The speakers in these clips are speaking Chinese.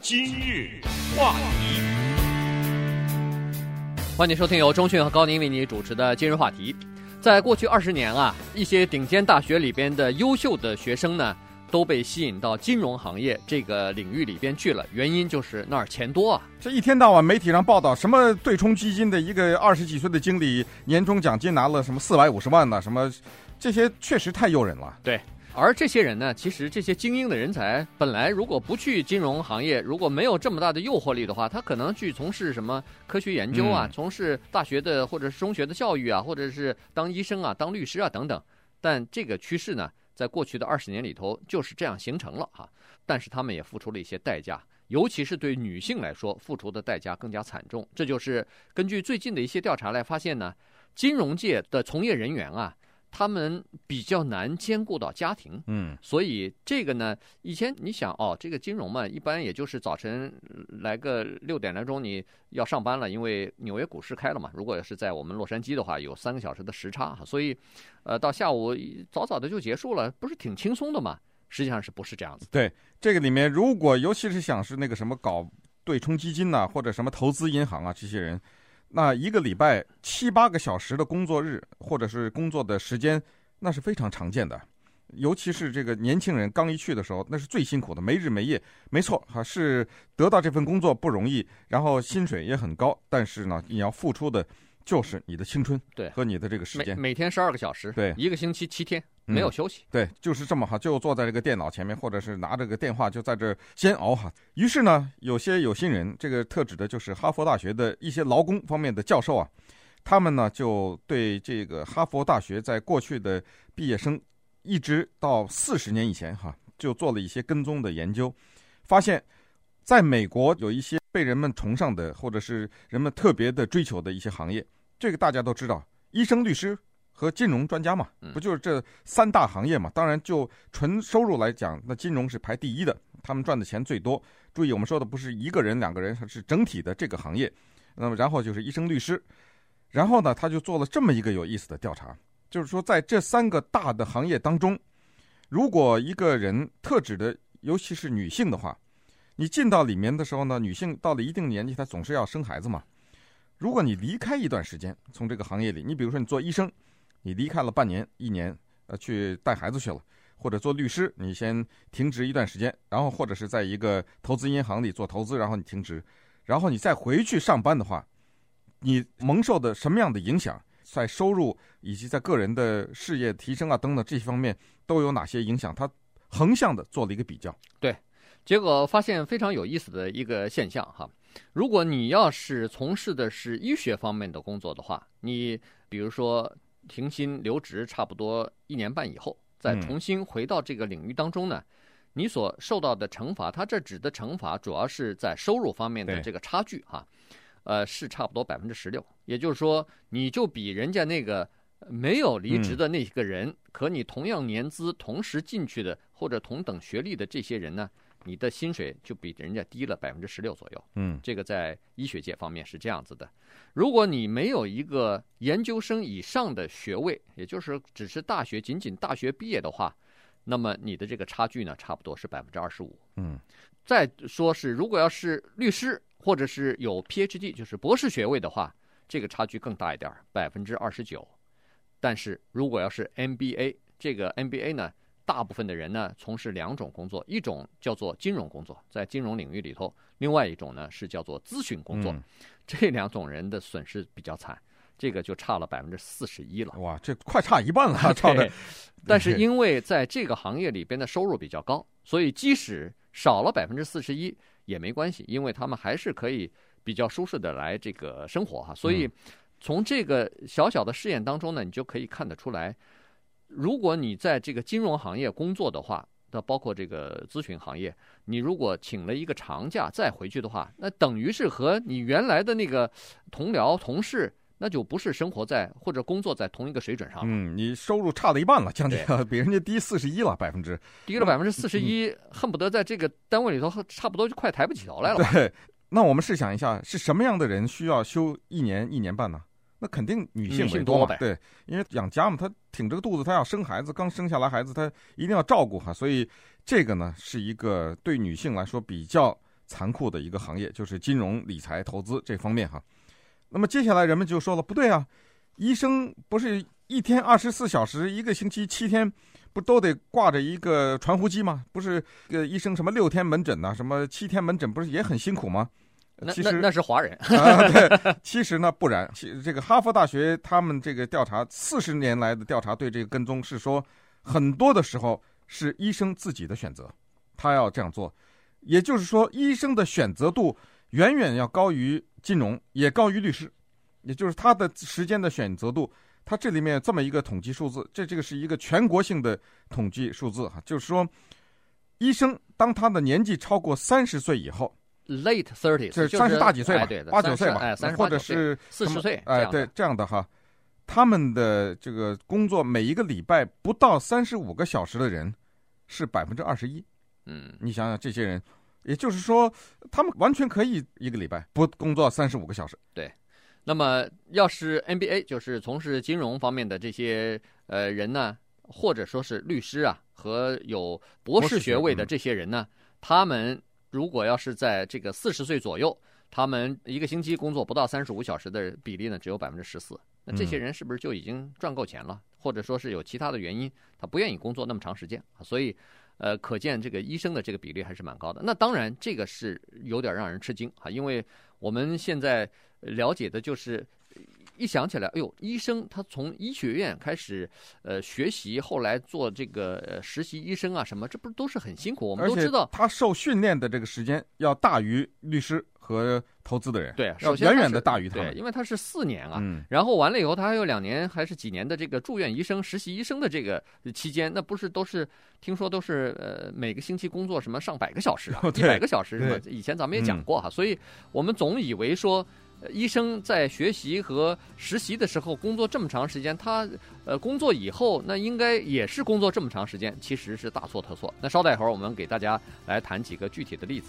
今日话题， 欢迎收听由钟迅和高宁为你主持的今日话题。在过去20年啊，一些顶尖大学里边的优秀的学生呢，都被吸引到金融行业这个领域里边去了。原因就是那儿钱多啊。 这一天到晚媒体上报道什么对冲基金的一个20几岁的经理年终奖金拿了什么450万呢？什么这些确实太诱人了。 对。而这些人呢，其实这些精英的人才，本来如果不去金融行业，如果没有这么大的诱惑力的话，他可能去从事什么科学研究啊，从事大学的或者是中学的教育啊，或者是当医生啊、当律师啊等等。但这个趋势呢，在过去的20年里头就是这样形成了哈。但是他们也付出了一些代价，尤其是对女性来说，付出的代价更加惨重。这就是根据最近的一些调查来发现呢，金融界的从业人员啊，他们比较难兼顾到家庭，所以这个呢，以前你想这个金融嘛，一般也就是早晨来个6点来钟你要上班了，因为纽约股市开了嘛。如果是在我们洛杉矶的话，有3个小时的时差，所以到下午早早的就结束了，不是挺轻松的嘛？实际上是不是这样子？ 对，这个里面如果尤其是想是那个什么搞对冲基金呐，或者什么投资银行啊，这些人。那一个礼拜7、8个小时的工作日，或者是工作的时间，那是非常常见的。尤其是这个年轻人刚一去的时候，那是最辛苦的，没日没夜。没错，是得到这份工作不容易，然后薪水也很高，但是呢，你要付出的就是你的青春， 对， 和你的这个时间。 每天12个小时， 对， 一个星期7天。没有休息， 对，就是这么就坐在这个电脑前面，或者是拿着个电话就在这煎熬于是呢，有些有心人，这个特指的就是哈佛大学的一些劳工方面的教授啊，他们呢就对这个哈佛大学在过去的毕业生，一直到40年以前就做了一些跟踪的研究，发现在美国有一些被人们崇尚的，或者是人们特别的追求的一些行业，这个大家都知道，医生、律师和金融专家嘛，不就是这3大行业嘛？当然，就纯收入来讲，那金融是排第一的，他们赚的钱最多。注意，我们说的不是1个人、2个人，是整体的这个行业。那么，然后就是医生、律师。然后呢，他就做了这么一个有意思的调查，就是说，在这3个大的行业当中，如果一个人特指的，尤其是女性的话，你进到里面的时候呢，女性到了一定年纪，她总是要生孩子嘛。如果你离开一段时间，从这个行业里，你比如说你做医生。你离开了半年、1年，去带孩子去了，或者做律师，你先停职一段时间，然后或者是在一个投资银行里做投资，然后你停职，然后你再回去上班的话，你蒙受的什么样的影响，在收入以及在个人的事业提升啊等等这些方面都有哪些影响？他横向的做了一个比较。 对，结果发现非常有意思的一个现象哈。如果你要是从事的是医学方面的工作的话，你比如说停薪留职差不多1年半以后，再重新回到这个领域当中呢，你所受到的惩罚，它这指的惩罚主要是在收入方面的这个差距是差不多16%，也就是说，你就比人家那个没有离职的那个人，和你同样年资同时进去的或者同等学历的这些人呢，你的薪水就比人家低了16%左右。这个在医学界方面是这样子的。如果你没有一个研究生以上的学位，也就是只是仅仅大学毕业的话，那么你的这个差距呢，差不多是25%。再说是如果要是律师或者是有 PhD， 就是博士学位的话，这个差距更大一点，29%。但是如果要是 MBA， 这个 MBA 呢，大部分的人呢从事2种工作，一种叫做金融工作，在金融领域里头，另外一种呢是叫做咨询工作。这2种人的损失比较惨，这个就差了41%了。 哇，这快差一半了，差的。 但是因为在这个行业里边的收入比较高，所以即使少了41%也没关系，因为他们还是可以比较舒适的来这个生活所以从这个小小的试验当中呢，你就可以看得出来，如果你在这个金融行业工作的话，包括这个咨询行业，你如果请了一个长假再回去的话，那等于是和你原来的那个同僚同事，那就不是生活在或者工作在同一个水准上。 你收入差了一半了，将近比人家低41了， 低了41%，恨不得在这个单位里头差不多就快抬不起头来了。 对，那我们试想一下，是什么样的人需要休1年、1年半呢？那肯定女性为多嘛，对，因为养家嘛，她挺着个肚子，她要生孩子，刚生下来孩子，她一定要照顾所以这个呢是一个对女性来说比较残酷的一个行业，就是金融、理财、投资这方面哈。那么接下来人们就说了，不对啊，医生不是一天24小时，一个星期7天，不都得挂着一个传呼机吗？不是医生什么6天门诊呐，什么7天门诊，不是也很辛苦吗？其实那是华人对，其实呢不然。这个哈佛大学他们这个调查40年来的调查对这个跟踪是说，很多的时候是医生自己的选择，他要这样做，也就是说医生的选择度远远要高于金融，也高于律师，也就是他的时间的选择度。他这里面这么一个统计数字，这个是一个全国性的统计数字哈，就是说医生当他的年纪超过30岁以后 ，late 30s， 就是30大几岁吧 ，8、 9岁吧，或者是 40岁， 对这样的哈，他们的这个工作每一个礼拜不到35个小时的人是21%。你想想这些人，也就是说他们完全可以一个礼拜不工作35个小时。 对。那么要是 MBA， 就是从事金融方面的这些人呢，或者说是律师啊和有博士学位的这些人呢，他们如果要是在这个40岁左右，他们一个星期工作不到35小时的比例呢只有14%。那这些人是不是就已经赚够钱了？或者说是有其他的原因，他不愿意工作那么长时间？所以可见这个医生的这个比例还是蛮高的。那当然这个是有点让人吃惊啊，因为我们现在了解的就是一想起来，哎呦，医生他从医学院开始学习，后来做这个实习医生啊什么，这不都是很辛苦？我们都知道， 他受训练的这个时间要大于律师和投资的人， 对， 要远远的大于他们， 对，因为他是4年啊，然后完了以后他还有2年还是几年的这个住院医生、实习医生的这个期间，那不是都是听说都是每个星期工作什么上百个小时啊，100个小时什么，以前咱们也讲过哈，所以我们总以为说医生在学习和实习的时候工作这么长时间，他工作以后那应该也是工作这么长时间，其实是大错特错。那稍待一会儿我们给大家来谈几个具体的例子。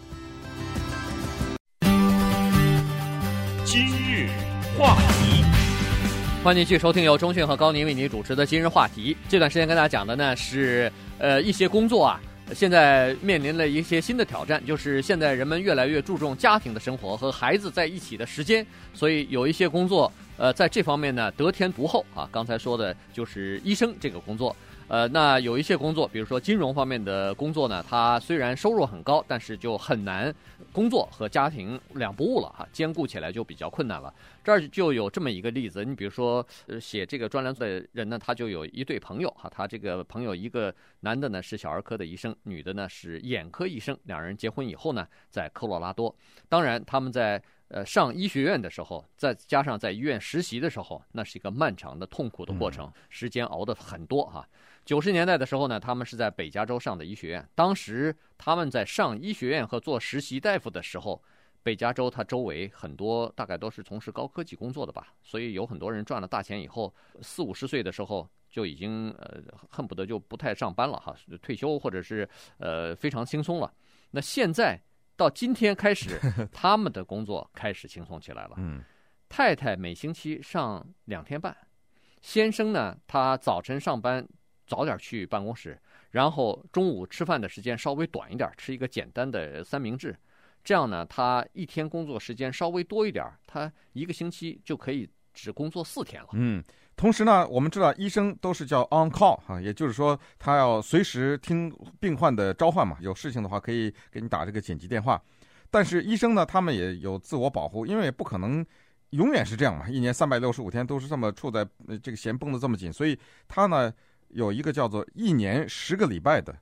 今日话题， 欢迎继续收听由钟迅和高宁为你主持的今日话题。这段时间跟大家讲的呢是一些工作啊现在面临了一些新的挑战，就是现在人们越来越注重家庭的生活和孩子在一起的时间，所以有一些工作在这方面呢得天独厚啊。刚才说的就是医生这个工作，那有一些工作比如说金融方面的工作呢，它虽然收入很高，但是就很难工作和家庭两不误了哈，兼顾起来就比较困难了。这儿就有这么一个例子，你比如说写这个专栏的人呢，他就有一对朋友哈，他这个朋友一个男的呢是小儿科的医生，女的呢是眼科医生，两人结婚以后呢在科罗拉多，当然他们在上医学院的时候，再加上在医院实习的时候，那是一个漫长的痛苦的过程，时间熬得很多哈。90年代的时候呢，他们是在北加州上的医学院，当时他们在上医学院和做实习大夫的时候，北加州它周围很多大概都是从事高科技工作的吧，所以有很多人赚了大钱以后，40、50岁的时候就已经恨不得就不太上班了哈，退休或者是非常轻松了。那现在到今天开始，他们的工作开始轻松起来了。太太每星期上2天半，先生呢，他早晨上班早点去办公室，然后中午吃饭的时间稍微短一点，吃一个简单的三明治。这样呢，他一天工作时间稍微多一点，他一个星期就可以只工作4天了。 同时呢，我们知道医生都是叫 on call 啊，也就是说他要随时听病患的召唤嘛，有事情的话可以给你打这个紧急电话。但是医生呢，他们也有自我保护，因为不可能永远是这样嘛，一年365天都是这么处在这个弦绷得这么紧，所以他呢有一个叫做1年10个礼拜的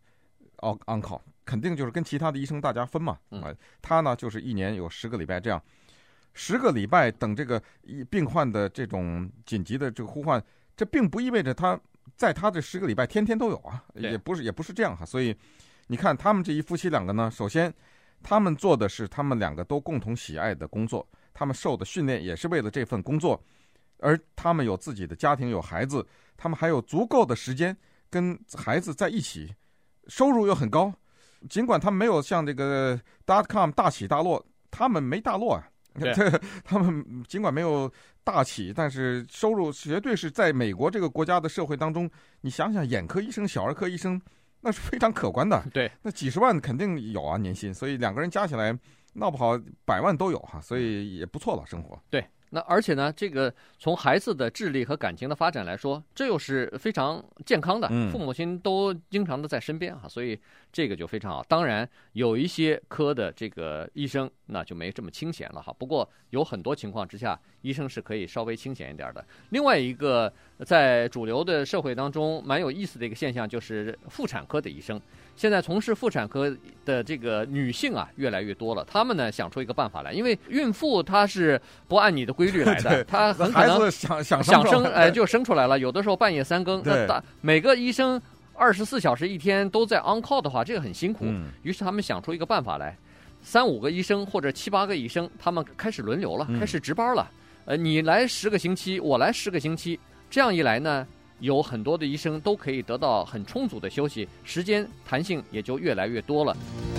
on call， 肯定就是跟其他的医生大家分嘛。他呢就是1年有10个礼拜这样。10个礼拜等这个病患的这种紧急的这个呼唤，这并不意味着他在他这10个礼拜天天都有啊，也不是这样哈。所以你看他们这一夫妻2个呢，首先他们做的是他们2个都共同喜爱的工作，他们受的训练也是为了这份工作，而他们有自己的家庭有孩子，他们还有足够的时间跟孩子在一起，收入又很高，尽管他们没有像这个 .com 大起大落，他们没大落啊。他们尽管没有大起，但是收入绝对是在美国这个国家的社会当中，你想想眼科医生、小儿科医生， 那是非常可观的。 对， 那几十万肯定有啊年薪，所以2个人加起来闹不好100万都有哈，所以也不错了生活。 对。那而且呢，这个从孩子的智力和感情的发展来说，这又是非常健康的，父母亲都经常的在身边啊，所以这个就非常好。当然，有一些科的这个医生那就没这么清闲了哈。不过有很多情况之下，医生是可以稍微清闲一点的。另外一个在主流的社会当中蛮有意思的一个现象，就是妇产科的医生。现在从事妇产科的这个女性啊，越来越多了。她们呢想出一个办法来，因为孕妇她是不按你的规律来的，她很可能孩子想生就生出来了。有的时候半夜3更， 那每个医生24小时一天都在 on call 的话，这个很辛苦。于是他们想出一个办法来，3、5个医生或者7、8个医生，他们开始轮流了，开始值班了。你来10个星期，我来10个星期，这样一来呢，有很多的医生都可以得到很充足的休息，时间弹性也就越来越多了。